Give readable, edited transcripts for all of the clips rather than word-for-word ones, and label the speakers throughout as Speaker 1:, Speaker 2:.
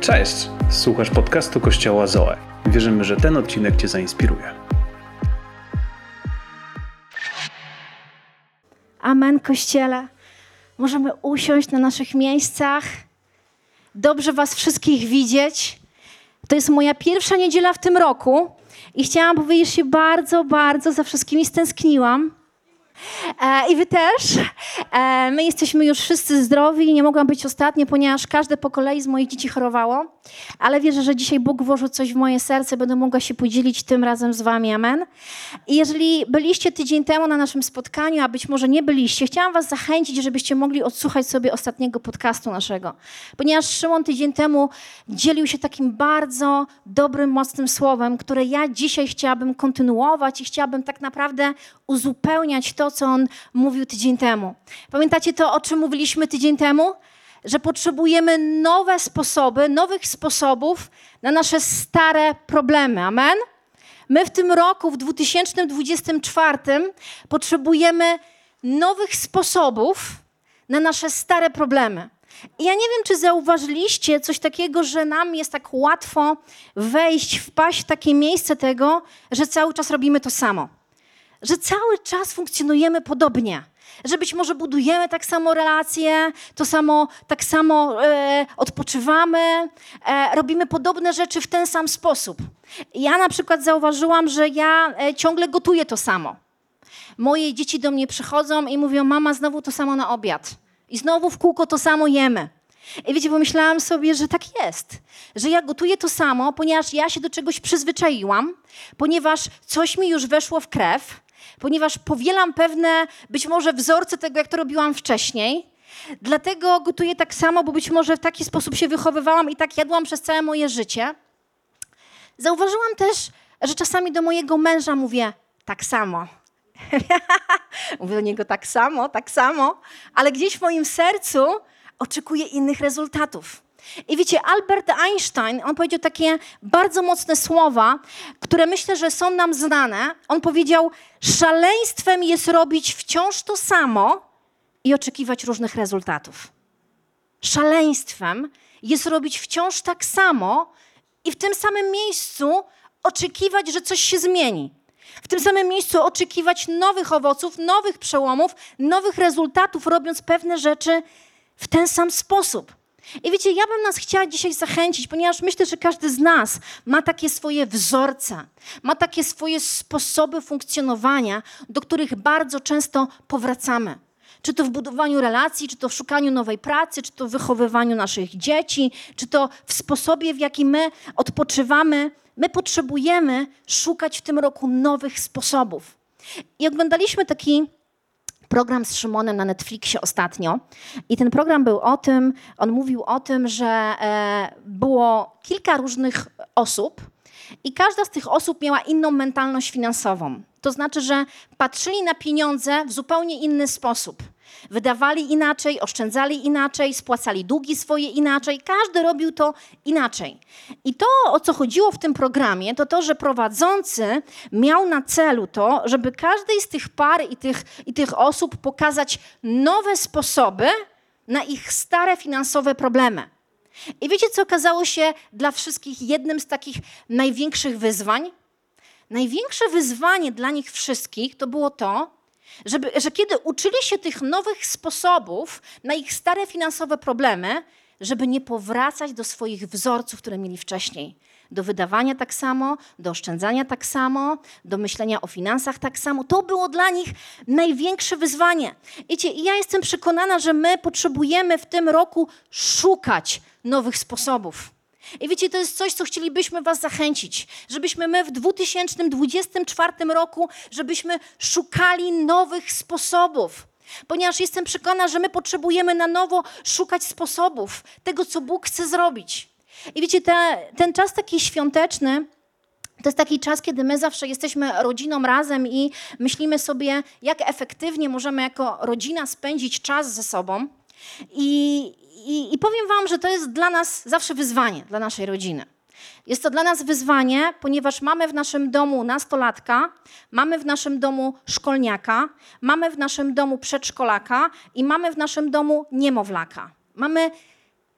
Speaker 1: Cześć! Słuchasz podcastu Kościoła Zoe. Wierzymy, że ten odcinek Cię zainspiruje.
Speaker 2: Amen, Kościele. Możemy usiąść na naszych miejscach. Dobrze Was wszystkich widzieć. To jest moja pierwsza niedziela w tym roku i chciałam powiedzieć, że się bardzo za wszystkimi stęskniłam. I Wy też. My jesteśmy już wszyscy zdrowi. Nie mogłam być ostatnia, ponieważ każde po kolei z moich dzieci chorowało. Ale wierzę, że dzisiaj Bóg włożył coś w moje serce. Będę mogła się podzielić tym razem z Wami. Amen. I jeżeli byliście tydzień temu na naszym spotkaniu, a być może nie byliście, chciałam Was zachęcić, żebyście mogli odsłuchać sobie ostatniego podcastu naszego. Ponieważ Szymon tydzień temu dzielił się takim bardzo dobrym, mocnym słowem, które ja dzisiaj chciałabym kontynuować i chciałabym tak naprawdę uzupełniać to, co on mówił tydzień temu. Pamiętacie to, o czym mówiliśmy tydzień temu? Że potrzebujemy nowych sposobów na nasze stare problemy. Amen? My w tym roku, w 2024, potrzebujemy nowych sposobów na nasze stare problemy. I ja nie wiem, czy zauważyliście coś takiego, że nam jest tak łatwo wpaść w takie miejsce tego, że cały czas robimy to samo. Że cały czas funkcjonujemy podobnie. Że być może budujemy tak samo relacje, tak samo odpoczywamy, robimy podobne rzeczy w ten sam sposób. Ja na przykład zauważyłam, że ja ciągle gotuję to samo. Moje dzieci do mnie przychodzą i mówią: mama, znowu to samo na obiad. I znowu w kółko to samo jemy. I wiecie, pomyślałam sobie, że tak jest. Że ja gotuję to samo, ponieważ ja się do czegoś przyzwyczaiłam, ponieważ coś mi już weszło w krew, ponieważ powielam pewne być może wzorce tego, jak to robiłam wcześniej. Dlatego gotuję tak samo, bo być może w taki sposób się wychowywałam i tak jadłam przez całe moje życie. Zauważyłam też, że czasami do mojego męża mówię tak samo. Mówię do niego tak samo, ale gdzieś w moim sercu oczekuję innych rezultatów. I wiecie, Albert Einstein, on powiedział takie bardzo mocne słowa, które myślę, że są nam znane. On powiedział: szaleństwem jest robić wciąż to samo i oczekiwać różnych rezultatów. Szaleństwem jest robić wciąż tak samo i w tym samym miejscu oczekiwać, że coś się zmieni. W tym samym miejscu oczekiwać nowych owoców, nowych przełomów, nowych rezultatów, robiąc pewne rzeczy w ten sam sposób. I wiecie, ja bym nas chciała dzisiaj zachęcić, ponieważ myślę, że każdy z nas ma takie swoje wzorce, ma takie swoje sposoby funkcjonowania, do których bardzo często powracamy. Czy to w budowaniu relacji, czy to w szukaniu nowej pracy, czy to w wychowywaniu naszych dzieci, czy to w sposobie, w jaki my odpoczywamy. My potrzebujemy szukać w tym roku nowych sposobów. I oglądaliśmy taki program z Szymonem na Netflixie ostatnio i ten program był o tym, on mówił o tym, że było kilka różnych osób i każda z tych osób miała inną mentalność finansową. To znaczy, że patrzyli na pieniądze w zupełnie inny sposób. Wydawali inaczej, oszczędzali inaczej, spłacali długi swoje inaczej. Każdy robił to inaczej. I to, o co chodziło w tym programie, to, że prowadzący miał na celu to, żeby każdej z tych par i tych osób pokazać nowe sposoby na ich stare finansowe problemy. I wiecie, co okazało się dla wszystkich jednym z takich największych wyzwań? Największe wyzwanie dla nich wszystkich to było to, że kiedy uczyli się tych nowych sposobów na ich stare finansowe problemy, żeby nie powracać do swoich wzorców, które mieli wcześniej. Do wydawania tak samo, do oszczędzania tak samo, do myślenia o finansach tak samo. To było dla nich największe wyzwanie. Wiecie, i ja jestem przekonana, że my potrzebujemy w tym roku szukać nowych sposobów. I wiecie, to jest coś, co chcielibyśmy was zachęcić, żebyśmy my w 2024 roku, żebyśmy szukali nowych sposobów. Ponieważ jestem przekonana, że my potrzebujemy na nowo szukać sposobów tego, co Bóg chce zrobić. I wiecie, ten czas taki świąteczny, to jest taki czas, kiedy my zawsze jesteśmy rodziną razem i myślimy sobie, jak efektywnie możemy jako rodzina spędzić czas ze sobą. I powiem wam, że to jest dla nas zawsze wyzwanie, dla naszej rodziny. Jest to dla nas wyzwanie, ponieważ mamy w naszym domu nastolatka, mamy w naszym domu szkolniaka, mamy w naszym domu przedszkolaka i mamy w naszym domu niemowlaka. Mamy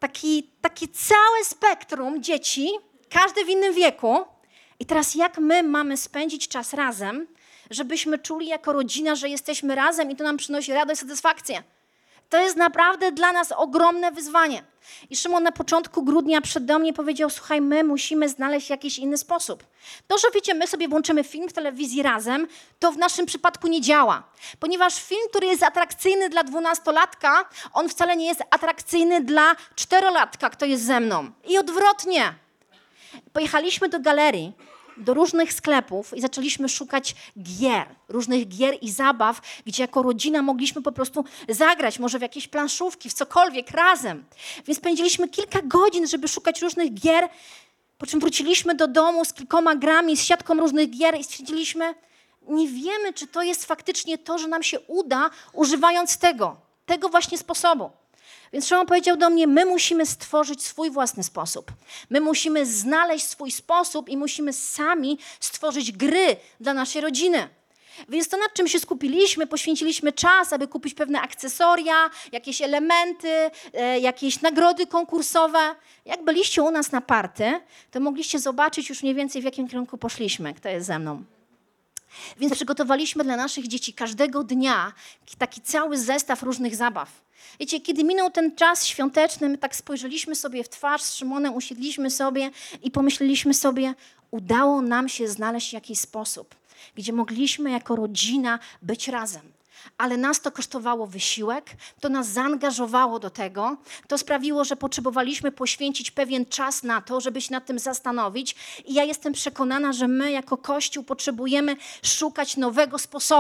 Speaker 2: takie całe spektrum dzieci, każdy w innym wieku. I teraz jak my mamy spędzić czas razem, żebyśmy czuli jako rodzina, że jesteśmy razem i to nam przynosi radość, satysfakcję. To jest naprawdę dla nas ogromne wyzwanie. I Szymon na początku grudnia do mnie powiedział, słuchaj, my musimy znaleźć jakiś inny sposób. To, że wiecie, my sobie włączymy film w telewizji razem, to w naszym przypadku nie działa. Ponieważ film, który jest atrakcyjny dla 12-latka, on wcale nie jest atrakcyjny dla 4-latka, kto jest ze mną. I odwrotnie. Pojechaliśmy do galerii, do różnych sklepów i zaczęliśmy szukać gier, różnych gier i zabaw, gdzie jako rodzina mogliśmy po prostu zagrać, może w jakieś planszówki, w cokolwiek razem. Więc spędziliśmy kilka godzin, żeby szukać różnych gier, po czym wróciliśmy do domu z kilkoma grami, z siatką różnych gier i stwierdziliśmy, nie wiemy, czy to jest faktycznie to, że nam się uda, używając tego właśnie sposobu. Więc Szymon powiedział do mnie, my musimy stworzyć swój własny sposób. My musimy znaleźć swój sposób i musimy sami stworzyć gry dla naszej rodziny. Więc to, nad czym się skupiliśmy, poświęciliśmy czas, aby kupić pewne akcesoria, jakieś elementy, jakieś nagrody konkursowe. Jak byliście u nas na party, to mogliście zobaczyć już mniej więcej, w jakim kierunku poszliśmy, kto jest ze mną. Więc przygotowaliśmy dla naszych dzieci każdego dnia taki cały zestaw różnych zabaw. Wiecie, kiedy minął ten czas świąteczny, my tak spojrzeliśmy sobie w twarz z Szymonem, usiedliśmy sobie i pomyśleliśmy sobie, udało nam się znaleźć jakiś sposób, gdzie mogliśmy jako rodzina być razem. Ale nas to kosztowało wysiłek, to nas zaangażowało do tego, to sprawiło, że potrzebowaliśmy poświęcić pewien czas na to, żeby się nad tym zastanowić. I ja jestem przekonana, że my jako Kościół potrzebujemy szukać nowego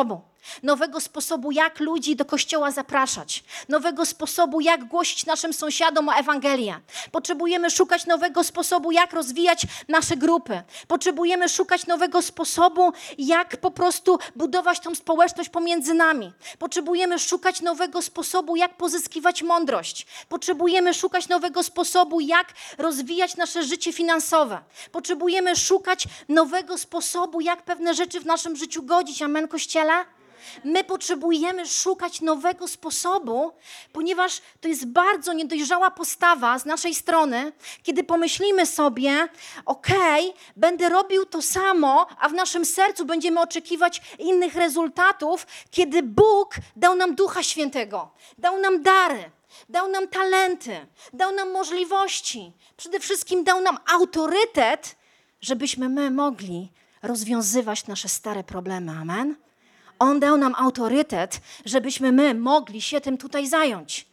Speaker 2: sposobu, jak ludzi do Kościoła zapraszać, nowego sposobu, jak głosić naszym sąsiadom o Ewangelię. Potrzebujemy szukać nowego sposobu, jak rozwijać nasze grupy. Potrzebujemy szukać nowego sposobu, jak po prostu budować tą społeczność pomiędzy nami. Potrzebujemy szukać nowego sposobu, jak pozyskiwać mądrość. Potrzebujemy szukać nowego sposobu, jak rozwijać nasze życie finansowe. Potrzebujemy szukać nowego sposobu, jak pewne rzeczy w naszym życiu godzić. Amen, Kościele? My potrzebujemy szukać nowego sposobu, ponieważ to jest bardzo niedojrzała postawa z naszej strony, kiedy pomyślimy sobie, okej, będę robił to samo, a w naszym sercu będziemy oczekiwać innych rezultatów, kiedy Bóg dał nam Ducha Świętego, dał nam dary, dał nam talenty, dał nam możliwości, przede wszystkim dał nam autorytet, żebyśmy my mogli rozwiązywać nasze stare problemy. Amen? On dał nam autorytet, żebyśmy my mogli się tym tutaj zająć.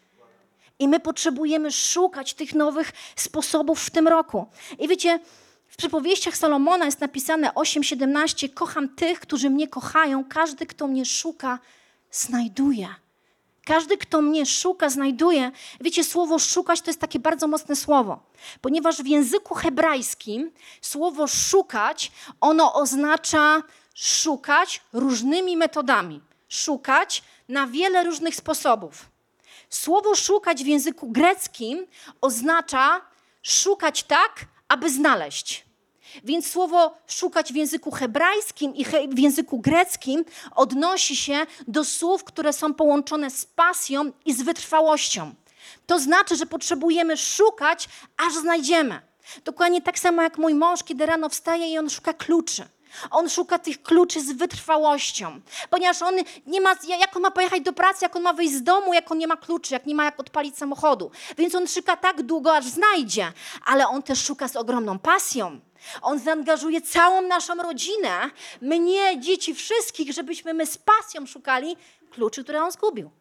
Speaker 2: I my potrzebujemy szukać tych nowych sposobów w tym roku. I wiecie, w przypowieściach Salomona jest napisane 8:17. Kocham tych, którzy mnie kochają. Każdy, kto mnie szuka, znajduje. Każdy, kto mnie szuka, znajduje. Wiecie, słowo szukać to jest takie bardzo mocne słowo. Ponieważ w języku hebrajskim słowo szukać, ono oznacza szukać różnymi metodami. Szukać na wiele różnych sposobów. Słowo szukać w języku greckim oznacza szukać tak, aby znaleźć. Więc słowo szukać w języku hebrajskim i w języku greckim odnosi się do słów, które są połączone z pasją i z wytrwałością. To znaczy, że potrzebujemy szukać, aż znajdziemy. Dokładnie tak samo jak mój mąż, kiedy rano wstaje i on szuka kluczy. On szuka tych kluczy z wytrwałością, ponieważ on nie ma, jak on ma pojechać do pracy, jak on ma wyjść z domu, jak on nie ma kluczy, jak nie ma jak odpalić samochodu. Więc on szuka tak długo, aż znajdzie, ale on też szuka z ogromną pasją. On zaangażuje całą naszą rodzinę, mnie, dzieci, wszystkich, żebyśmy my z pasją szukali kluczy, które on zgubił.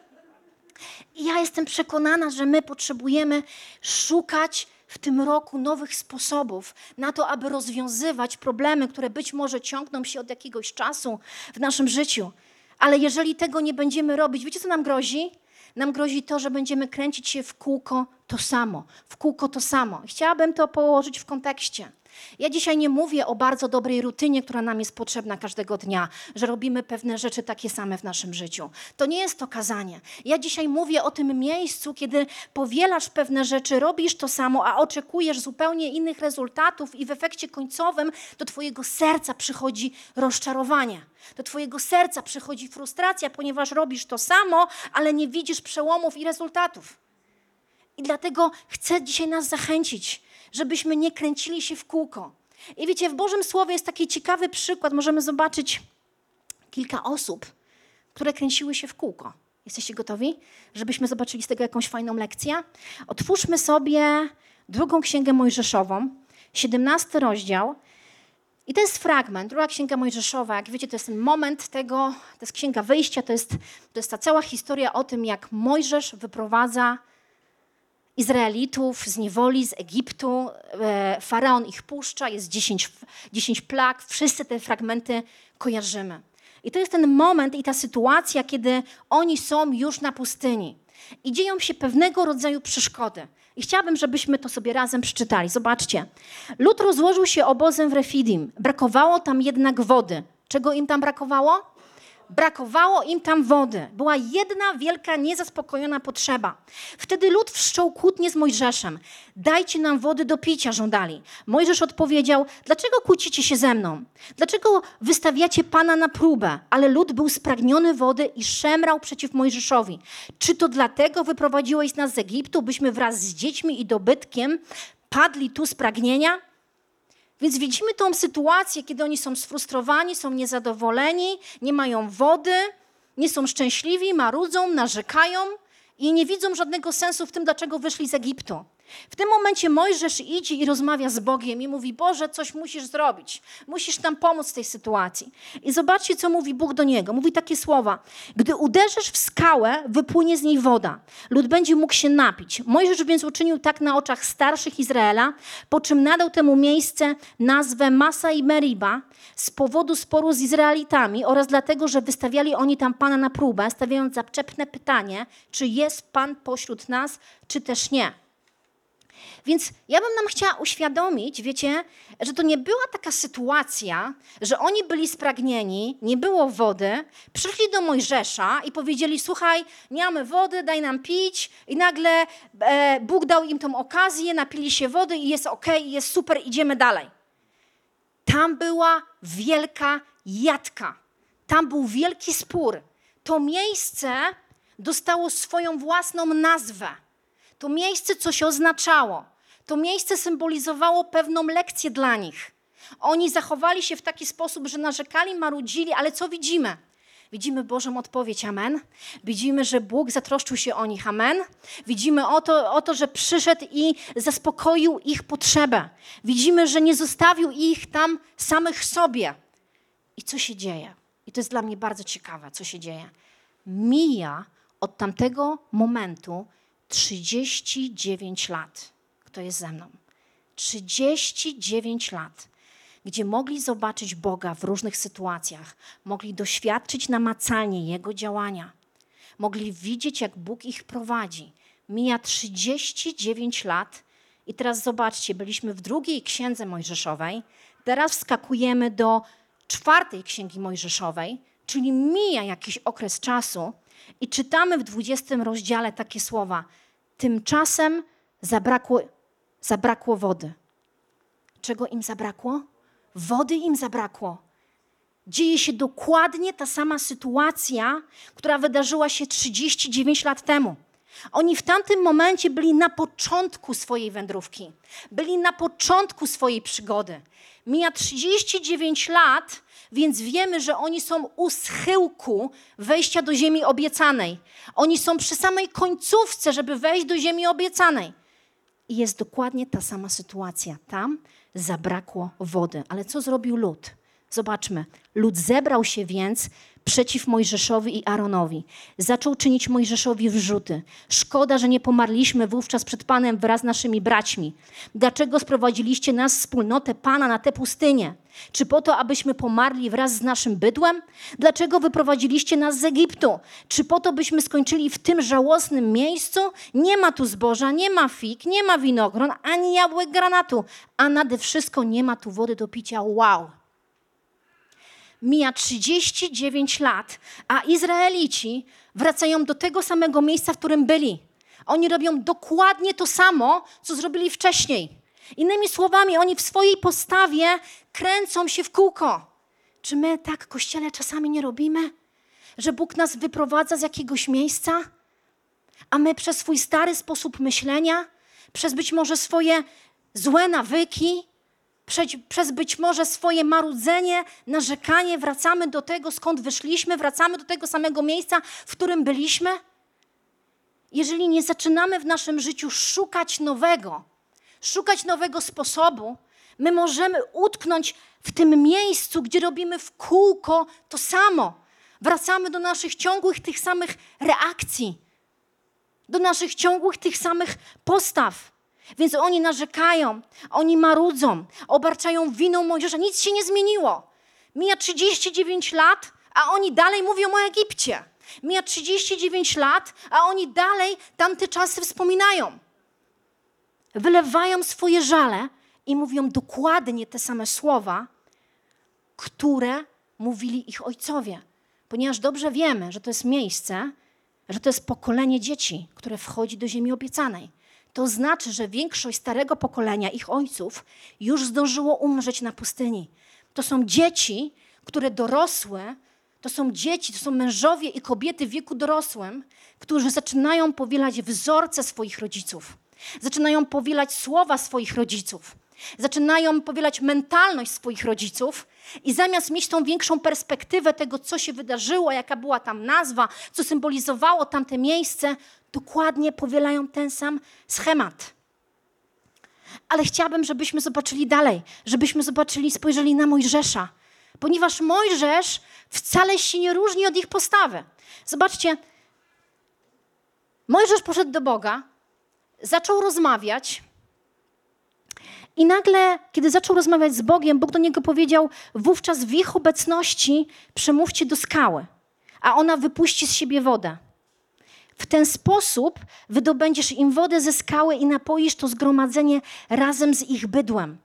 Speaker 2: I ja jestem przekonana, że my potrzebujemy szukać w tym roku nowych sposobów na to, aby rozwiązywać problemy, które być może ciągną się od jakiegoś czasu w naszym życiu. Ale jeżeli tego nie będziemy robić, wiecie co nam grozi? Nam grozi to, że będziemy kręcić się w kółko to samo. W kółko to samo. Chciałabym to położyć w kontekście. Ja dzisiaj nie mówię o bardzo dobrej rutynie, która nam jest potrzebna każdego dnia, że robimy pewne rzeczy takie same w naszym życiu. To nie jest to kazanie. Ja dzisiaj mówię o tym miejscu, kiedy powielasz pewne rzeczy, robisz to samo, a oczekujesz zupełnie innych rezultatów i w efekcie końcowym do twojego serca przychodzi rozczarowanie. Do twojego serca przychodzi frustracja, ponieważ robisz to samo, ale nie widzisz przełomów i rezultatów. I dlatego chcę dzisiaj nas zachęcić, żebyśmy nie kręcili się w kółko. I wiecie, w Bożym Słowie jest taki ciekawy przykład. Możemy zobaczyć kilka osób, które kręciły się w kółko. Jesteście gotowi, żebyśmy zobaczyli z tego jakąś fajną lekcję? Otwórzmy sobie 2 Księgę Mojżeszową, 17 rozdział. I to jest fragment, 2 Księga Mojżeszowa. Jak wiecie, to jest ten moment tego, to jest Księga Wyjścia, to jest ta cała historia o tym, jak Mojżesz wyprowadza Izraelitów z niewoli, z Egiptu. Faraon ich puszcza, jest 10 plag. Wszyscy te fragmenty kojarzymy. I to jest ten moment i ta sytuacja, kiedy oni są już na pustyni. I dzieją się pewnego rodzaju przeszkody. I chciałabym, żebyśmy to sobie razem przeczytali. Zobaczcie. Lud rozłożył się obozem w Refidim. Brakowało tam jednak wody. Czego im tam brakowało? Brakowało im tam wody. Była jedna wielka, niezaspokojona potrzeba. Wtedy lud wszczął kłótnię z Mojżeszem. Dajcie nam wody do picia, żądali. Mojżesz odpowiedział, dlaczego kłócicie się ze mną? Dlaczego wystawiacie Pana na próbę? Ale lud był spragniony wody i szemrał przeciw Mojżeszowi. Czy to dlatego wyprowadziłeś nas z Egiptu, byśmy wraz z dziećmi i dobytkiem padli tu z pragnienia? Więc widzimy tą sytuację, kiedy oni są sfrustrowani, są niezadowoleni, nie mają wody, nie są szczęśliwi, marudzą, narzekają i nie widzą żadnego sensu w tym, dlaczego wyszli z Egiptu. W tym momencie Mojżesz idzie i rozmawia z Bogiem i mówi, Boże, coś musisz zrobić, musisz nam pomóc w tej sytuacji. I zobaczcie, co mówi Bóg do niego. Mówi takie słowa, gdy uderzysz w skałę, wypłynie z niej woda. Lud będzie mógł się napić. Mojżesz więc uczynił tak na oczach starszych Izraela, po czym nadał temu miejsce nazwę Masa i Meriba z powodu sporu z Izraelitami oraz dlatego, że wystawiali oni tam Pana na próbę, stawiając zaczepne pytanie, czy jest Pan pośród nas, czy też nie. Więc ja bym nam chciała uświadomić, wiecie, że to nie była taka sytuacja, że oni byli spragnieni, nie było wody, przyszli do Mojżesza i powiedzieli, słuchaj, nie mamy wody, daj nam pić i nagle Bóg dał im tą okazję, napili się wody i jest okej, jest super, idziemy dalej. Tam była wielka jadka, tam był wielki spór. To miejsce dostało swoją własną nazwę. To miejsce coś oznaczało. To miejsce symbolizowało pewną lekcję dla nich. Oni zachowali się w taki sposób, że narzekali, marudzili, ale co widzimy? Widzimy Bożą odpowiedź, amen. Widzimy, że Bóg zatroszczył się o nich, amen. Widzimy o to, że przyszedł i zaspokoił ich potrzebę. Widzimy, że nie zostawił ich tam samych sobie. I co się dzieje? I to jest dla mnie bardzo ciekawe, co się dzieje. Mija od tamtego momentu 39 lat. Kto jest ze mną? 39 lat, gdzie mogli zobaczyć Boga w różnych sytuacjach, mogli doświadczyć namacalnie Jego działania, mogli widzieć, jak Bóg ich prowadzi. Mija 39 lat i teraz zobaczcie, byliśmy w 2 Księdze Mojżeszowej, teraz wskakujemy do 4 Księgi Mojżeszowej, czyli mija jakiś okres czasu i czytamy w 20 rozdziale takie słowa. Tymczasem zabrakło wody. Czego im zabrakło? Wody im zabrakło. Dzieje się dokładnie ta sama sytuacja, która wydarzyła się 39 lat temu. Oni w tamtym momencie byli na początku swojej wędrówki. Byli na początku swojej przygody. Mija 39 lat, więc wiemy, że oni są u schyłku wejścia do ziemi obiecanej. Oni są przy samej końcówce, żeby wejść do ziemi obiecanej. I jest dokładnie ta sama sytuacja. Tam zabrakło wody. Ale co zrobił lud? Zobaczmy. Lud zebrał się więc przeciw Mojżeszowi i Aaronowi. Zaczął czynić Mojżeszowi wrzuty. Szkoda, że nie pomarliśmy wówczas przed Panem wraz z naszymi braćmi. Dlaczego sprowadziliście nas, wspólnotę Pana, na tę pustynię? Czy po to, abyśmy pomarli wraz z naszym bydłem? Dlaczego wyprowadziliście nas z Egiptu? Czy po to, byśmy skończyli w tym żałosnym miejscu? Nie ma tu zboża, nie ma fig, nie ma winogron, ani jabłek granatu, a nade wszystko nie ma tu wody do picia. Wow! Mija 39 lat, a Izraelici wracają do tego samego miejsca, w którym byli. Oni robią dokładnie to samo, co zrobili wcześniej. Innymi słowami, oni w swojej postawie kręcą się w kółko. Czy my tak, Kościele, czasami nie robimy? Że Bóg nas wyprowadza z jakiegoś miejsca, A my przez swój stary sposób myślenia, przez być może swoje złe nawyki, przez być może swoje marudzenie, narzekanie, wracamy do tego, skąd wyszliśmy, wracamy do tego samego miejsca, w którym byliśmy. Jeżeli nie zaczynamy w naszym życiu szukać nowego sposobu, my możemy utknąć w tym miejscu, gdzie robimy w kółko to samo. Wracamy do naszych ciągłych tych samych reakcji, do naszych ciągłych tych samych postaw. Więc oni narzekają, oni marudzą, obarczają winą Mojżesza. Nic się nie zmieniło. Mija 39 lat, a oni dalej mówią o Egipcie. Mija 39 lat, a oni dalej tamte czasy wspominają. Wylewają swoje żale i mówią dokładnie te same słowa, które mówili ich ojcowie. Ponieważ dobrze wiemy, że to jest miejsce, że to jest pokolenie dzieci, które wchodzi do ziemi obiecanej. To znaczy, że większość starego pokolenia ich ojców już zdążyło umrzeć na pustyni. To są dzieci, które dorosły, to są mężowie i kobiety w wieku dorosłym, którzy zaczynają powielać wzorce swoich rodziców. Zaczynają powielać słowa swoich rodziców. Zaczynają powielać mentalność swoich rodziców i zamiast mieć tą większą perspektywę tego, co się wydarzyło, jaka była tam nazwa, co symbolizowało tamte miejsce, dokładnie powielają ten sam schemat. Ale chciałabym, żebyśmy zobaczyli dalej, spojrzeli na Mojżesza, ponieważ Mojżesz wcale się nie różni od ich postawy. Zobaczcie, Mojżesz poszedł do Boga, zaczął rozmawiać i nagle, kiedy zaczął rozmawiać z Bogiem, Bóg do niego powiedział: wówczas w ich obecności przemówcie do skały, a ona wypuści z siebie wodę. W ten sposób wydobędziesz im wodę ze skały i napoisz to zgromadzenie razem z ich bydłem.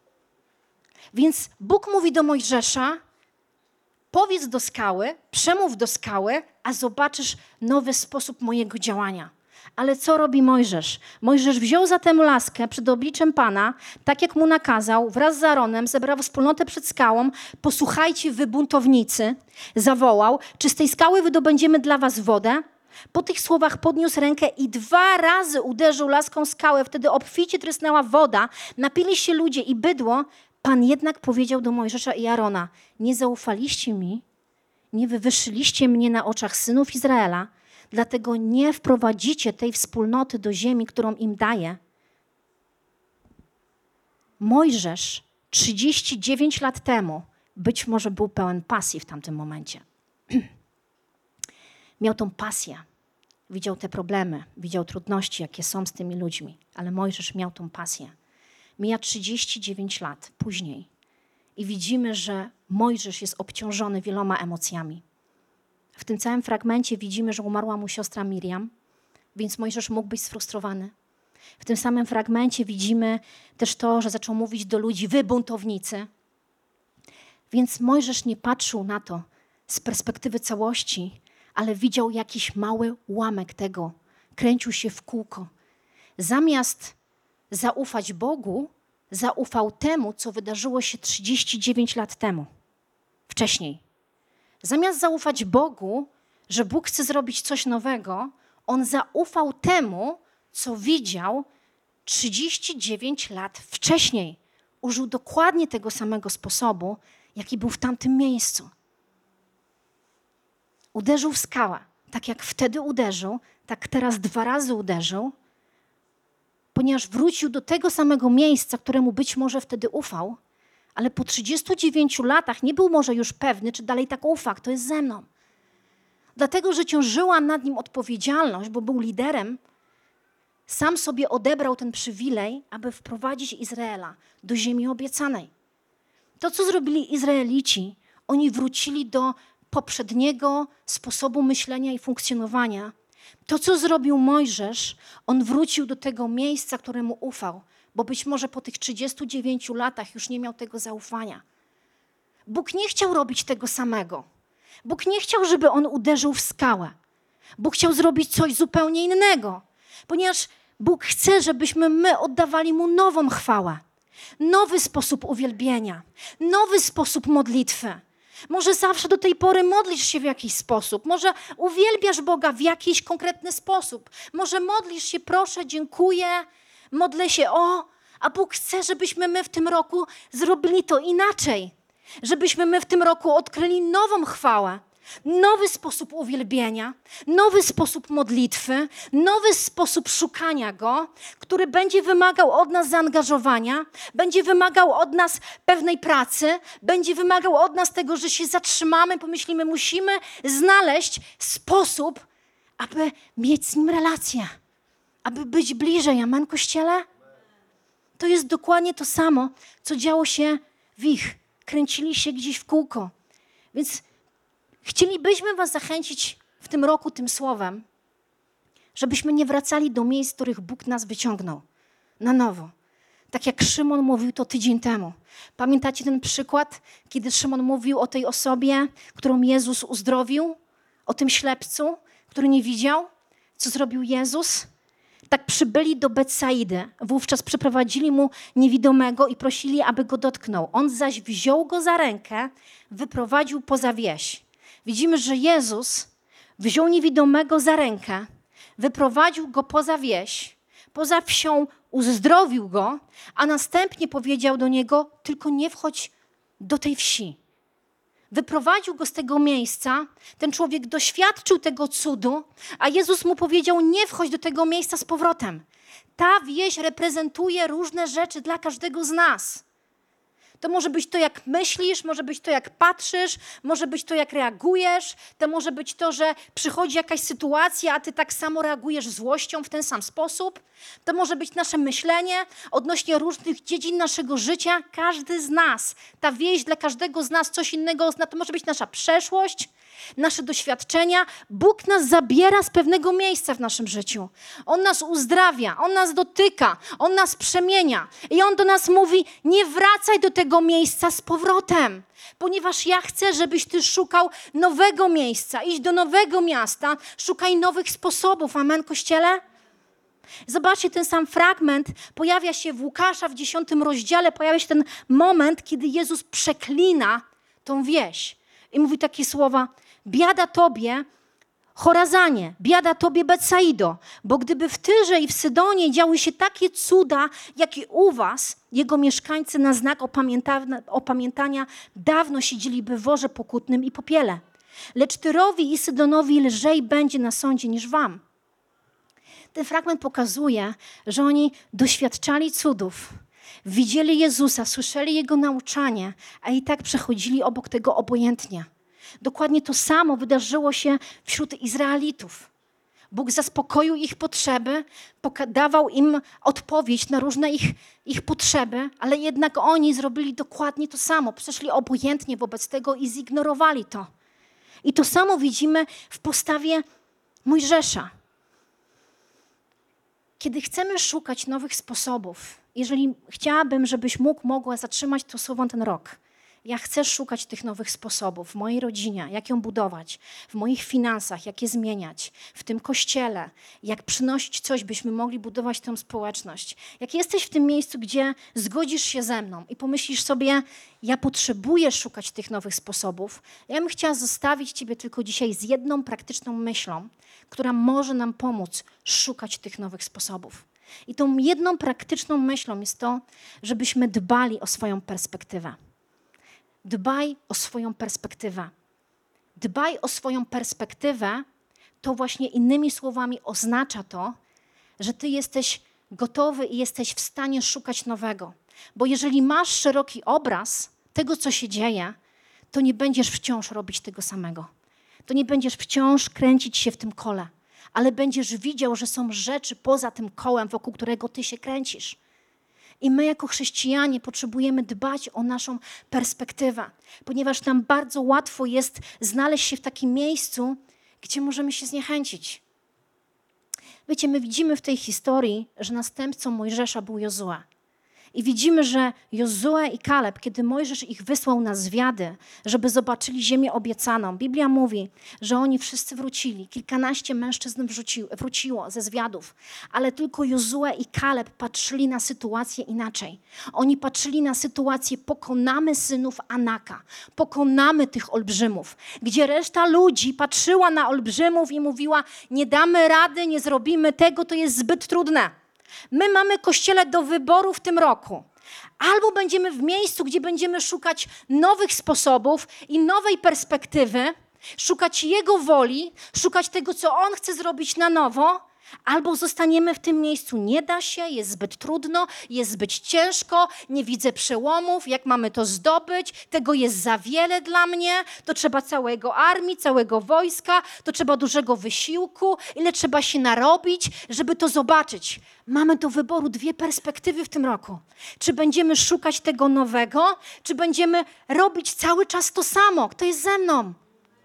Speaker 2: Więc Bóg mówi do Mojżesza: powiedz do skały, przemów do skały, a zobaczysz nowy sposób mojego działania. Ale co robi Mojżesz? Mojżesz wziął zatem laskę przed obliczem Pana, tak jak mu nakazał, wraz z Aaronem, zebrał wspólnotę przed skałą. Posłuchajcie, wy buntownicy, zawołał: czy z tej skały wydobędziemy dla was wodę? Po tych słowach podniósł rękę i 2 razy uderzył laską skałę. Wtedy obficie trysnęła woda, napili się ludzie i bydło. Pan jednak powiedział do Mojżesza i Aarona: nie zaufaliście mi, nie wywyższyliście mnie na oczach synów Izraela, dlatego nie wprowadzicie tej wspólnoty do ziemi, którą im daję. Mojżesz 39 lat temu być może był pełen pasji w tamtym momencie. Miał tą pasję. Widział te problemy, widział trudności, jakie są z tymi ludźmi, ale Mojżesz miał tą pasję. Mija 39 lat później i widzimy, że Mojżesz jest obciążony wieloma emocjami. W tym całym fragmencie widzimy, że umarła mu siostra Miriam, więc Mojżesz mógł być sfrustrowany. W tym samym fragmencie widzimy też to, że zaczął mówić do ludzi: wy buntownicy. Więc Mojżesz nie patrzył na to z perspektywy całości, ale widział jakiś mały ułamek tego. Kręcił się w kółko. Zamiast zaufać Bogu, zaufał temu, co wydarzyło się 39 lat temu, wcześniej. Zamiast zaufać Bogu, że Bóg chce zrobić coś nowego, on zaufał temu, co widział 39 lat wcześniej. Użył dokładnie tego samego sposobu, jaki był w tamtym miejscu. Uderzył w skałę. Tak jak wtedy uderzył, tak teraz 2 razy uderzył, ponieważ wrócił do tego samego miejsca, któremu być może wtedy ufał, ale po 39 latach nie był może już pewny, czy dalej tak ufa, kto jest ze mną. Dlatego, że ciążyła nad nim odpowiedzialność, bo był liderem, sam sobie odebrał ten przywilej, aby wprowadzić Izraela do ziemi obiecanej. To, co zrobili Izraelici, oni wrócili do poprzedniego sposobu myślenia i funkcjonowania. To, co zrobił Mojżesz, on wrócił do tego miejsca, któremu ufał, bo być może po tych 39 latach już nie miał tego zaufania. Bóg nie chciał robić tego samego. Bóg nie chciał, żeby on uderzył w skałę. Bóg chciał zrobić coś zupełnie innego, ponieważ Bóg chce, żebyśmy my oddawali Mu nową chwałę, nowy sposób uwielbienia, nowy sposób modlitwy. Może zawsze do tej pory modlisz się w jakiś sposób. Może uwielbiasz Boga w jakiś konkretny sposób. Może modlisz się, proszę, dziękuję, modlę się, a Bóg chce, żebyśmy my w tym roku zrobili to inaczej. Żebyśmy my w tym roku odkryli nową chwałę. Nowy sposób uwielbienia, nowy sposób modlitwy, nowy sposób szukania Go, który będzie wymagał od nas zaangażowania, będzie wymagał od nas pewnej pracy, będzie wymagał od nas tego, że się zatrzymamy, pomyślimy, musimy znaleźć sposób, aby mieć z Nim relację, aby być bliżej. Amen, Kościele? To jest dokładnie to samo, co działo się w ich. Kręcili się gdzieś w kółko. Więc chcielibyśmy was zachęcić w tym roku tym słowem, żebyśmy nie wracali do miejsc, z których Bóg nas wyciągnął na nowo. Tak jak Szymon mówił to tydzień temu. Pamiętacie ten przykład, kiedy Szymon mówił o tej osobie, którą Jezus uzdrowił? O tym ślepcu, który nie widział? Co zrobił Jezus? Tak przybyli do Betsaidy. Wówczas przyprowadzili mu niewidomego i prosili, aby go dotknął. On zaś wziął go za rękę, wyprowadził poza wieś. Widzimy, że Jezus wziął niewidomego za rękę, wyprowadził go poza wieś, poza wsią, uzdrowił go, a następnie powiedział do niego, tylko nie wchodź do tej wsi. Wyprowadził go z tego miejsca, ten człowiek doświadczył tego cudu, a Jezus mu powiedział, nie wchodź do tego miejsca z powrotem. Ta wieś reprezentuje różne rzeczy dla każdego z nas. To może być to, jak myślisz, może być to, jak patrzysz, może być to, jak reagujesz, to może być to, że przychodzi jakaś sytuacja, a ty tak samo reagujesz złością w ten sam sposób. To może być nasze myślenie odnośnie różnych dziedzin naszego życia. Każdy z nas, ta wieś dla każdego z nas coś innego, to może być nasza przeszłość, nasze doświadczenia. Bóg nas zabiera z pewnego miejsca w naszym życiu. On nas uzdrawia, On nas dotyka, On nas przemienia. I On do nas mówi, nie wracaj do tego miejsca z powrotem, ponieważ ja chcę, żebyś ty szukał nowego miejsca, idź do nowego miasta, szukaj nowych sposobów. Amen, Kościele? Zobaczcie, ten sam fragment pojawia się w Łukasza w 10 rozdziale, pojawia się ten moment, kiedy Jezus przeklina tą wieś i mówi takie słowa, biada tobie, Chorazanie, biada tobie Betsaido, bo gdyby w Tyrze i w Sydonie działy się takie cuda, jak i u was, jego mieszkańcy na znak opamiętania dawno siedzieliby w worze pokutnym i popiele. Lecz Tyrowi i Sydonowi lżej będzie na sądzie niż wam. Ten fragment pokazuje, że oni doświadczali cudów, widzieli Jezusa, słyszeli Jego nauczanie, a i tak przechodzili obok tego obojętnie. Dokładnie to samo wydarzyło się wśród Izraelitów. Bóg zaspokoił ich potrzeby, dawał im odpowiedź na różne ich potrzeby, ale jednak oni zrobili dokładnie to samo. Przeszli obojętnie wobec tego i zignorowali to. I to samo widzimy w postawie Mojżesza. Kiedy chcemy szukać nowych sposobów, jeżeli chciałabym, żebyś mogła zatrzymać to słowo ten rok, ja chcę szukać tych nowych sposobów w mojej rodzinie, jak ją budować, w moich finansach, jak je zmieniać, w tym kościele, jak przynosić coś, byśmy mogli budować tę społeczność. Jak jesteś w tym miejscu, gdzie zgodzisz się ze mną i pomyślisz sobie, ja potrzebuję szukać tych nowych sposobów, ja bym chciała zostawić ciebie tylko dzisiaj z jedną praktyczną myślą, która może nam pomóc szukać tych nowych sposobów. I tą jedną praktyczną myślą jest to, żebyśmy dbali o swoją perspektywę. Dbaj o swoją perspektywę. Dbaj o swoją perspektywę, to właśnie innymi słowami oznacza to, że ty jesteś gotowy i jesteś w stanie szukać nowego. Bo jeżeli masz szeroki obraz tego, co się dzieje, to nie będziesz wciąż robić tego samego. To nie będziesz wciąż kręcić się w tym kole, ale będziesz widział, że są rzeczy poza tym kołem, wokół którego ty się kręcisz. I my jako chrześcijanie potrzebujemy dbać o naszą perspektywę, ponieważ nam bardzo łatwo jest znaleźć się w takim miejscu, gdzie możemy się zniechęcić. Wiecie, my widzimy w tej historii, że następcą Mojżesza był Jozue. I widzimy, że Jozue i Kaleb, kiedy Mojżesz ich wysłał na zwiady, żeby zobaczyli ziemię obiecaną, Biblia mówi, że oni wszyscy wrócili. Kilkanaście mężczyzn wróciło ze zwiadów, ale tylko Jozue i Kaleb patrzyli na sytuację inaczej. Oni patrzyli na sytuację, pokonamy synów Anaka, pokonamy tych olbrzymów, gdzie reszta ludzi patrzyła na olbrzymów i mówiła, nie damy rady, nie zrobimy tego, to jest zbyt trudne. My mamy, Kościele, do wyboru w tym roku. Albo będziemy w miejscu, gdzie będziemy szukać nowych sposobów i nowej perspektywy, szukać Jego woli, szukać tego, co On chce zrobić na nowo, albo zostaniemy w tym miejscu, nie da się, jest zbyt trudno, jest zbyt ciężko, nie widzę przełomów, jak mamy to zdobyć, tego jest za wiele dla mnie, to trzeba całego armii, całego wojska, to trzeba dużego wysiłku, ile trzeba się narobić, żeby to zobaczyć. Mamy do wyboru dwie perspektywy w tym roku. Czy będziemy szukać tego nowego, czy będziemy robić cały czas to samo, kto jest ze mną.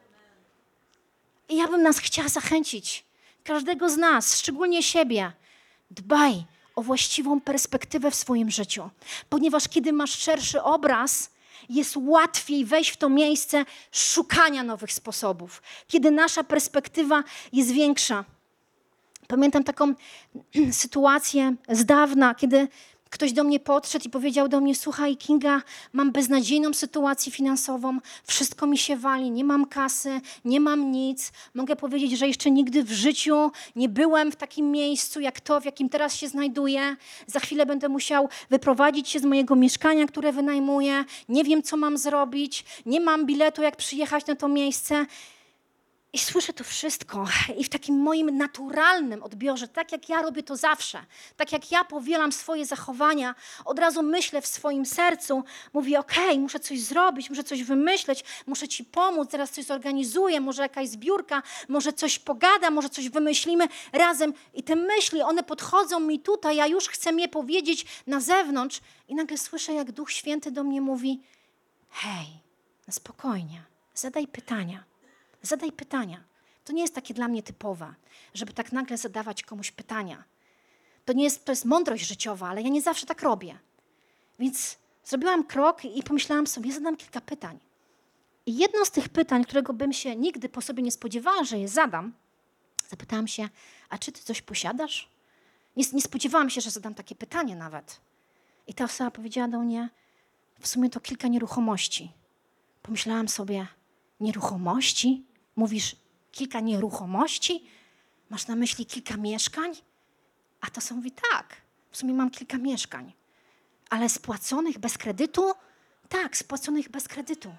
Speaker 2: I ja bym nas chciała zachęcić, każdego z nas, szczególnie siebie, dbaj o właściwą perspektywę w swoim życiu. Ponieważ kiedy masz szerszy obraz, jest łatwiej wejść w to miejsce szukania nowych sposobów. Kiedy nasza perspektywa jest większa. Pamiętam taką sytuację z dawna, kiedy ktoś do mnie podszedł i powiedział do mnie, słuchaj Kinga, mam beznadziejną sytuację finansową, wszystko mi się wali, nie mam kasy, nie mam nic. Mogę powiedzieć, że jeszcze nigdy w życiu nie byłem w takim miejscu jak to, w jakim teraz się znajduję. Za chwilę będę musiał wyprowadzić się z mojego mieszkania, które wynajmuję. Nie wiem, co mam zrobić, nie mam biletu, jak przyjechać na to miejsce. I słyszę to wszystko i w takim moim naturalnym odbiorze, tak jak ja robię to zawsze, tak jak ja powielam swoje zachowania, od razu myślę w swoim sercu, mówię, okej, muszę coś zrobić, muszę coś wymyśleć, muszę ci pomóc, zaraz coś zorganizuję, może jakaś zbiórka, może coś pogadam, może coś wymyślimy razem. I te myśli, one podchodzą mi tutaj, ja już chcę je powiedzieć na zewnątrz i nagle słyszę, jak Duch Święty do mnie mówi, hej, no spokojnie, zadaj pytania. Zadaj pytania. To nie jest takie dla mnie typowe, żeby tak nagle zadawać komuś pytania. To jest mądrość życiowa, ale ja nie zawsze tak robię. Więc zrobiłam krok i pomyślałam sobie, zadam kilka pytań. I jedno z tych pytań, którego bym się nigdy po sobie nie spodziewała, że je zadam, zapytałam się, a czy ty coś posiadasz? Nie spodziewałam się, że zadam takie pytanie nawet. I ta osoba powiedziała do mnie, w sumie to kilka nieruchomości. Pomyślałam sobie, nieruchomości? Mówisz kilka nieruchomości? Masz na myśli kilka mieszkań? A to mówi tak, w sumie mam kilka mieszkań. Ale spłaconych bez kredytu? Tak, spłaconych bez kredytu.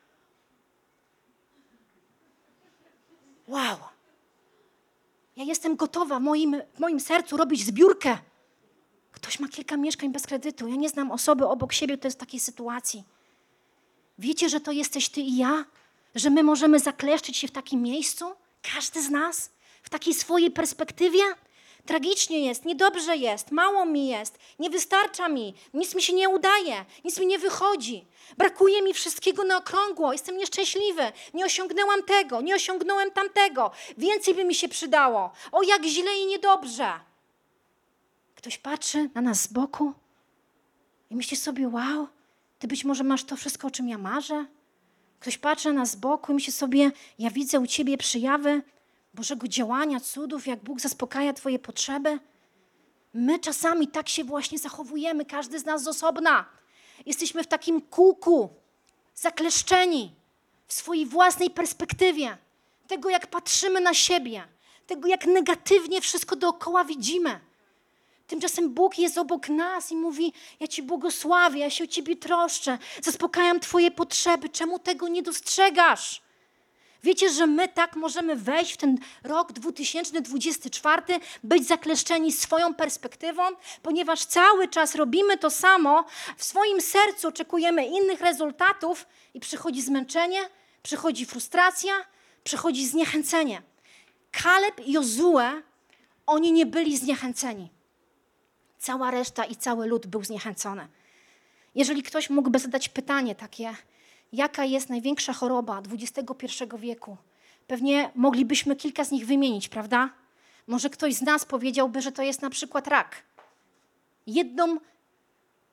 Speaker 2: Wow. Ja jestem gotowa w moim sercu robić zbiórkę. Ktoś ma kilka mieszkań bez kredytu. Ja nie znam osoby obok siebie, kto jest w takiej sytuacji. Wiecie, że to jesteś ty i ja? Że my możemy zakleszczyć się w takim miejscu? Każdy z nas? W takiej swojej perspektywie? Tragicznie jest, niedobrze jest, mało mi jest, nie wystarcza mi, nic mi się nie udaje, nic mi nie wychodzi. Brakuje mi wszystkiego na okrągło, jestem nieszczęśliwy, nie osiągnęłam tego, nie osiągnąłem tamtego, więcej by mi się przydało. O, jak źle i niedobrze. Ktoś patrzy na nas z boku i myśli sobie, wow, ty być może masz to wszystko, o czym ja marzę. Ktoś patrzy na nas z boku i myśli sobie, ja widzę u ciebie przejawy Bożego działania, cudów, jak Bóg zaspokaja twoje potrzeby. My czasami tak się właśnie zachowujemy, każdy z nas z osobna. Jesteśmy w takim kółku, zakleszczeni w swojej własnej perspektywie. Tego, jak patrzymy na siebie, tego, jak negatywnie wszystko dookoła widzimy. Tymczasem Bóg jest obok nas i mówi, ja Ci błogosławię, ja się o Ciebie troszczę, zaspokajam Twoje potrzeby, czemu tego nie dostrzegasz? Wiecie, że my tak możemy wejść w ten rok 2024, być zakleszczeni swoją perspektywą, ponieważ cały czas robimy to samo, w swoim sercu oczekujemy innych rezultatów i przychodzi zmęczenie, przychodzi frustracja, przychodzi zniechęcenie. Kaleb i Jozue, oni nie byli zniechęceni. Cała reszta i cały lud był zniechęcony. Jeżeli ktoś mógłby zadać pytanie takie, jaka jest największa choroba XXI wieku? Pewnie moglibyśmy kilka z nich wymienić, prawda? Może ktoś z nas powiedziałby, że to jest na przykład rak. Jedną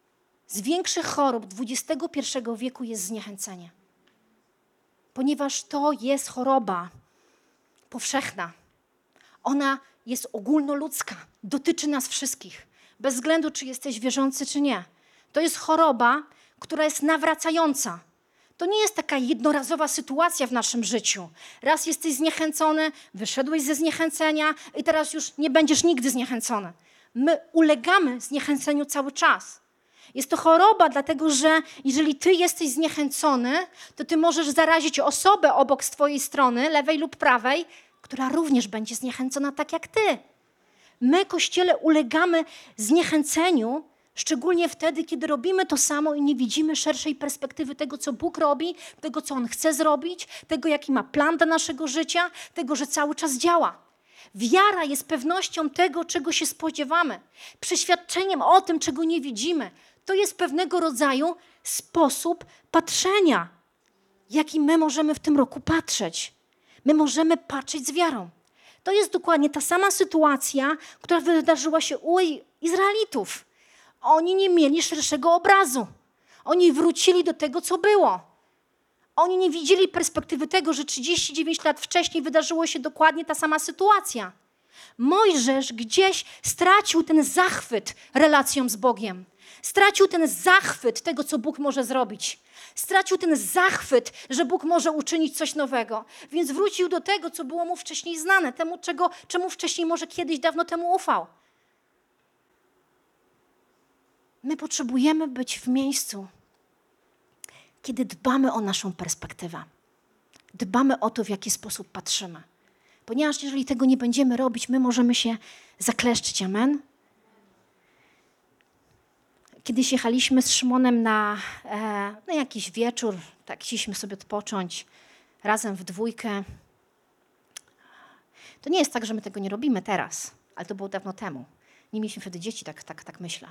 Speaker 2: z większych chorób XXI wieku jest zniechęcenie. Ponieważ to jest choroba powszechna. Ona jest ogólnoludzka, dotyczy nas wszystkich, bez względu czy jesteś wierzący, czy nie. To jest choroba, która jest nawracająca. To nie jest taka jednorazowa sytuacja w naszym życiu. Raz jesteś zniechęcony, wyszedłeś ze zniechęcenia i teraz już nie będziesz nigdy zniechęcony. My ulegamy zniechęceniu cały czas. Jest to choroba, dlatego że jeżeli ty jesteś zniechęcony, to ty możesz zarazić osobę obok z twojej strony, lewej lub prawej, która również będzie zniechęcona tak jak ty. My, Kościele, ulegamy zniechęceniu, szczególnie wtedy, kiedy robimy to samo i nie widzimy szerszej perspektywy tego, co Bóg robi, tego, co On chce zrobić, tego, jaki ma plan dla naszego życia, tego, że cały czas działa. Wiara jest pewnością tego, czego się spodziewamy, przeświadczeniem o tym, czego nie widzimy. To jest pewnego rodzaju sposób patrzenia, jaki my możemy w tym roku patrzeć. My możemy patrzeć z wiarą. To jest dokładnie ta sama sytuacja, która wydarzyła się u Izraelitów. Oni nie mieli szerszego obrazu. Oni wrócili do tego, co było. Oni nie widzieli perspektywy tego, że 39 lat wcześniej wydarzyło się dokładnie ta sama sytuacja. Mojżesz gdzieś stracił ten zachwyt relacją z Bogiem. Stracił ten zachwyt tego, co Bóg może zrobić. Stracił ten zachwyt, że Bóg może uczynić coś nowego. Więc wrócił do tego, co było mu wcześniej znane, temu, czemu wcześniej może kiedyś dawno temu ufał. My potrzebujemy być w miejscu, kiedy dbamy o naszą perspektywę. Dbamy o to, w jaki sposób patrzymy. Ponieważ jeżeli tego nie będziemy robić, my możemy się zakleszczyć. Amen? Kiedyś jechaliśmy z Szymonem na jakiś wieczór, tak chcieliśmy sobie odpocząć razem w dwójkę. To nie jest tak, że my tego nie robimy teraz, ale to było dawno temu. Nie mieliśmy wtedy dzieci, tak myślę.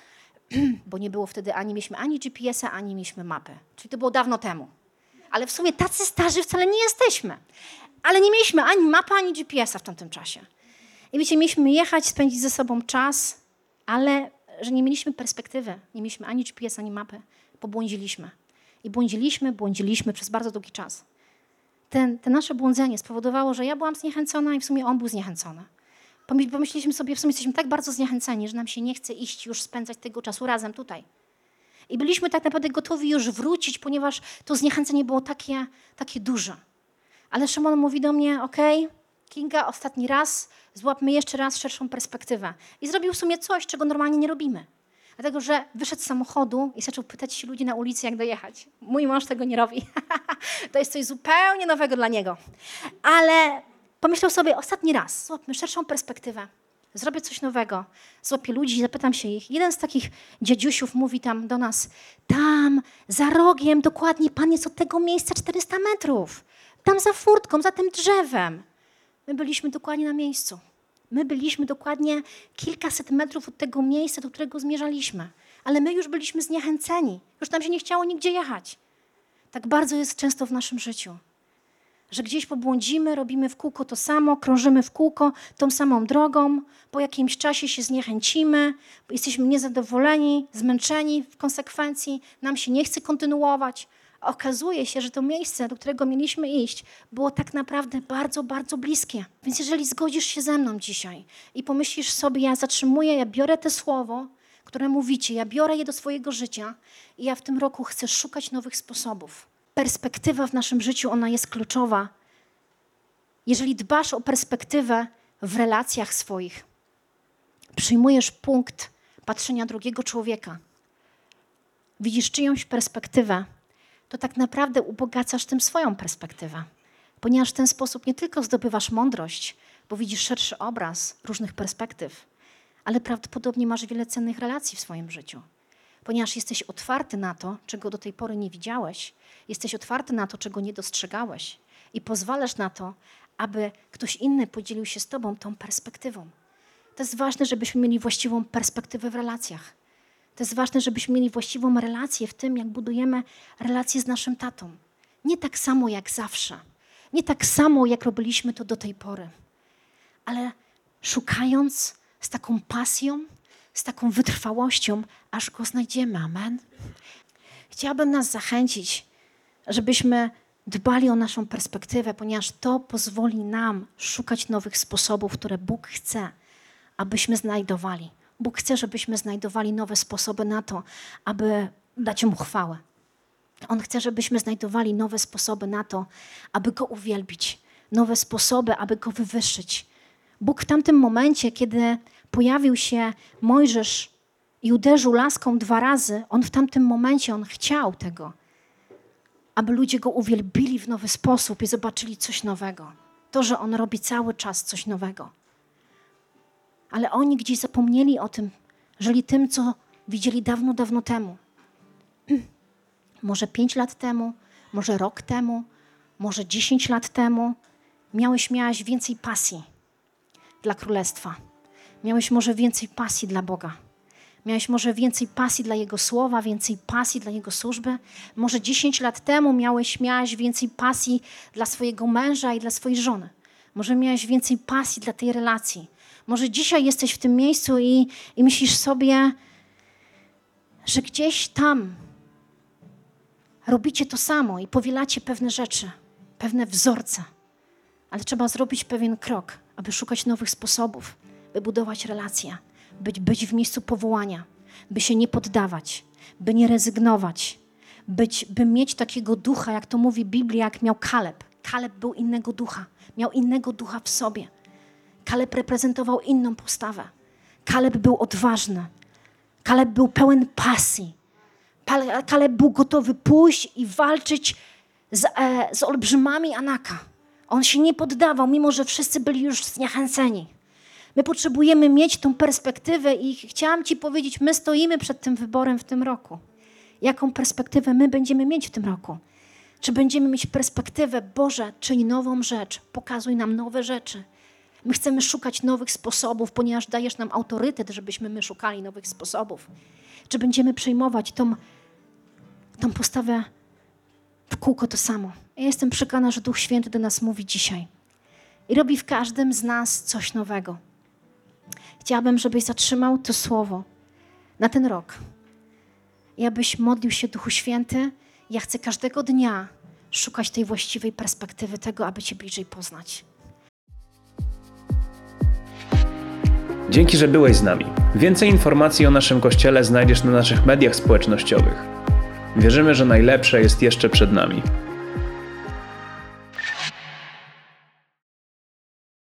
Speaker 2: Bo nie było wtedy mieliśmy ani GPS-a, ani mieliśmy mapy. Czyli to było dawno temu. Ale w sumie tacy starzy wcale nie jesteśmy. Ale nie mieliśmy ani mapy, ani GPS-a w tamtym czasie. I wiecie, mieliśmy jechać, spędzić ze sobą czas, ale że nie mieliśmy perspektywy. Nie mieliśmy ani GPS, ani mapy. Pobłądziliśmy. I błądziliśmy przez bardzo długi czas. Te nasze błądzenie spowodowało, że ja byłam zniechęcona i w sumie on był zniechęcony. Pomyśleliśmy sobie, w sumie jesteśmy tak bardzo zniechęceni, że nam się nie chce iść już spędzać tego czasu razem tutaj. I byliśmy tak naprawdę gotowi już wrócić, ponieważ to zniechęcenie było takie duże. Ale Szymon mówi do mnie, okej, Kinga, ostatni raz, złapmy jeszcze raz szerszą perspektywę. I zrobił w sumie coś, czego normalnie nie robimy. Dlatego, że wyszedł z samochodu i zaczął pytać się ludzi na ulicy, jak dojechać. Mój mąż tego nie robi. To jest coś zupełnie nowego dla niego. Ale pomyślał sobie, ostatni raz, złapmy szerszą perspektywę. Zrobię coś nowego. Złapię ludzi, zapytam się ich. Jeden z takich dziadziusiów mówi tam do nas, tam za rogiem dokładnie pan jest od tego miejsca 400 metrów. Tam za furtką, za tym drzewem. My byliśmy dokładnie na miejscu. My byliśmy dokładnie kilkaset metrów od tego miejsca, do którego zmierzaliśmy. Ale my już byliśmy zniechęceni. Już nam się nie chciało nigdzie jechać. Tak bardzo jest często w naszym życiu. Że gdzieś pobłądzimy, robimy w kółko to samo, krążymy w kółko tą samą drogą, po jakimś czasie się zniechęcimy, jesteśmy niezadowoleni, zmęczeni w konsekwencji, nam się nie chce kontynuować. A okazuje się, że to miejsce, do którego mieliśmy iść, było tak naprawdę bardzo, bardzo bliskie. Więc jeżeli zgodzisz się ze mną dzisiaj i pomyślisz sobie, ja zatrzymuję, ja biorę te słowo, które mówicie, ja biorę je do swojego życia i ja w tym roku chcę szukać nowych sposobów. Perspektywa w naszym życiu, ona jest kluczowa. Jeżeli dbasz o perspektywę w relacjach swoich, przyjmujesz punkt patrzenia drugiego człowieka, widzisz czyjąś perspektywę, to tak naprawdę ubogacasz tym swoją perspektywę. Ponieważ w ten sposób nie tylko zdobywasz mądrość, bo widzisz szerszy obraz różnych perspektyw, ale prawdopodobnie masz wiele cennych relacji w swoim życiu. Ponieważ jesteś otwarty na to, czego do tej pory nie widziałeś, jesteś otwarty na to, czego nie dostrzegałeś i pozwalasz na to, aby ktoś inny podzielił się z tobą tą perspektywą. To jest ważne, żebyśmy mieli właściwą perspektywę w relacjach. To jest ważne, żebyśmy mieli właściwą relację w tym, jak budujemy relacje z naszym tatą. Nie tak samo jak zawsze. Nie tak samo, jak robiliśmy to do tej pory. Ale szukając z taką pasją, z taką wytrwałością, aż go znajdziemy. Amen. Chciałabym nas zachęcić, żebyśmy dbali o naszą perspektywę, ponieważ to pozwoli nam szukać nowych sposobów, które Bóg chce, abyśmy znajdowali. Bóg chce, żebyśmy znajdowali nowe sposoby na to, aby dać Mu chwałę. On chce, żebyśmy znajdowali nowe sposoby na to, aby Go uwielbić, nowe sposoby, aby Go wywyższyć. Bóg w tamtym momencie, kiedy pojawił się Mojżesz i uderzył laską 2 razy, On w tamtym momencie, On chciał tego, aby ludzie Go uwielbili w nowy sposób i zobaczyli coś nowego. To, że On robi cały czas coś nowego. Ale oni gdzieś zapomnieli o tym, żyli tym, co widzieli dawno, dawno temu. Może 5 lat temu, może rok temu, może 10 lat temu miałaś więcej pasji dla Królestwa. Miałeś może więcej pasji dla Boga. Miałeś może więcej pasji dla Jego Słowa, więcej pasji dla Jego służby. Może 10 lat temu miałaś więcej pasji dla swojego męża i dla swojej żony. Może miałeś więcej pasji dla tej relacji. Może dzisiaj jesteś w tym miejscu i myślisz sobie, że gdzieś tam robicie to samo i powielacie pewne rzeczy, pewne wzorce. Ale trzeba zrobić pewien krok, aby szukać nowych sposobów, by budować relacje, być w miejscu powołania, by się nie poddawać, by nie rezygnować, by mieć takiego ducha, jak to mówi Biblia, jak miał Kaleb. Kaleb był innego ducha, miał innego ducha w sobie. Kaleb reprezentował inną postawę. Kaleb był odważny. Kaleb był pełen pasji. Kaleb był gotowy pójść i walczyć z olbrzymami Anaka. On się nie poddawał, mimo że wszyscy byli już zniechęceni. My potrzebujemy mieć tą perspektywę i chciałam Ci powiedzieć, my stoimy przed tym wyborem w tym roku. Jaką perspektywę my będziemy mieć w tym roku? Czy będziemy mieć perspektywę, Boże, czyń nową rzecz, pokazuj nam nowe rzeczy. My chcemy szukać nowych sposobów, ponieważ dajesz nam autorytet, żebyśmy my szukali nowych sposobów. Czy będziemy przyjmować tą postawę w kółko to samo? Ja jestem przekonana, że Duch Święty do nas mówi dzisiaj i robi w każdym z nas coś nowego. Chciałabym, żebyś zatrzymał to słowo na ten rok i abyś modlił się, Duchu Święty. Ja chcę każdego dnia szukać tej właściwej perspektywy tego, aby Cię bliżej poznać.
Speaker 1: Dzięki, że byłeś z nami. Więcej informacji o naszym Kościele znajdziesz na naszych mediach społecznościowych. Wierzymy, że najlepsze jest jeszcze przed nami.